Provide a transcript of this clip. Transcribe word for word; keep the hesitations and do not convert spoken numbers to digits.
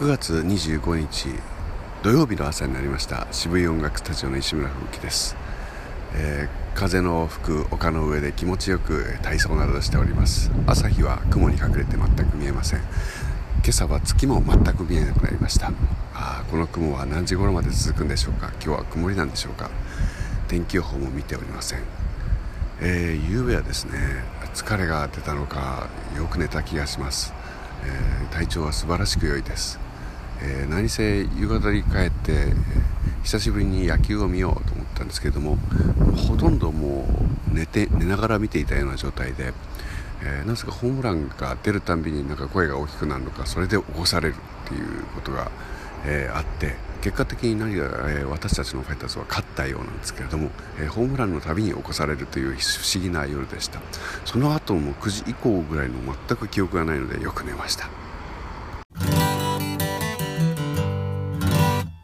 くがつにじゅうごにち土曜日の朝になりました。渋い音楽スタジオの石村風紀です。えー、風の吹く丘の上で気持ちよく体操などしております。朝日は雲に隠れて全く見えません。今朝は月も全く見えなくなりました。あこの雲は何時頃まで続くんでしょうか。今日は曇りなんでしょうか。天気予報も見ておりません。えー、夕べはですね、疲れが出たのかよく寝た気がします。えー、体調は素晴らしく良いです。えー、何せ夕方に帰って、えー、久しぶりに野球を見ようと思ったんですけれども、ほとんどもう寝て寝ながら見ていたような状態で、えー、なぜかホームランが出るたんびになんか声が大きくなるのか、それで起こされるっていうことが、えー、あって、結果的に何が、えー、私たちのファイターズは勝ったようなんですけれども、えー、ホームランのたびに起こされるという不思議な夜でした。その後もくじ以降ぐらいの全く記憶がないのでよく寝ました。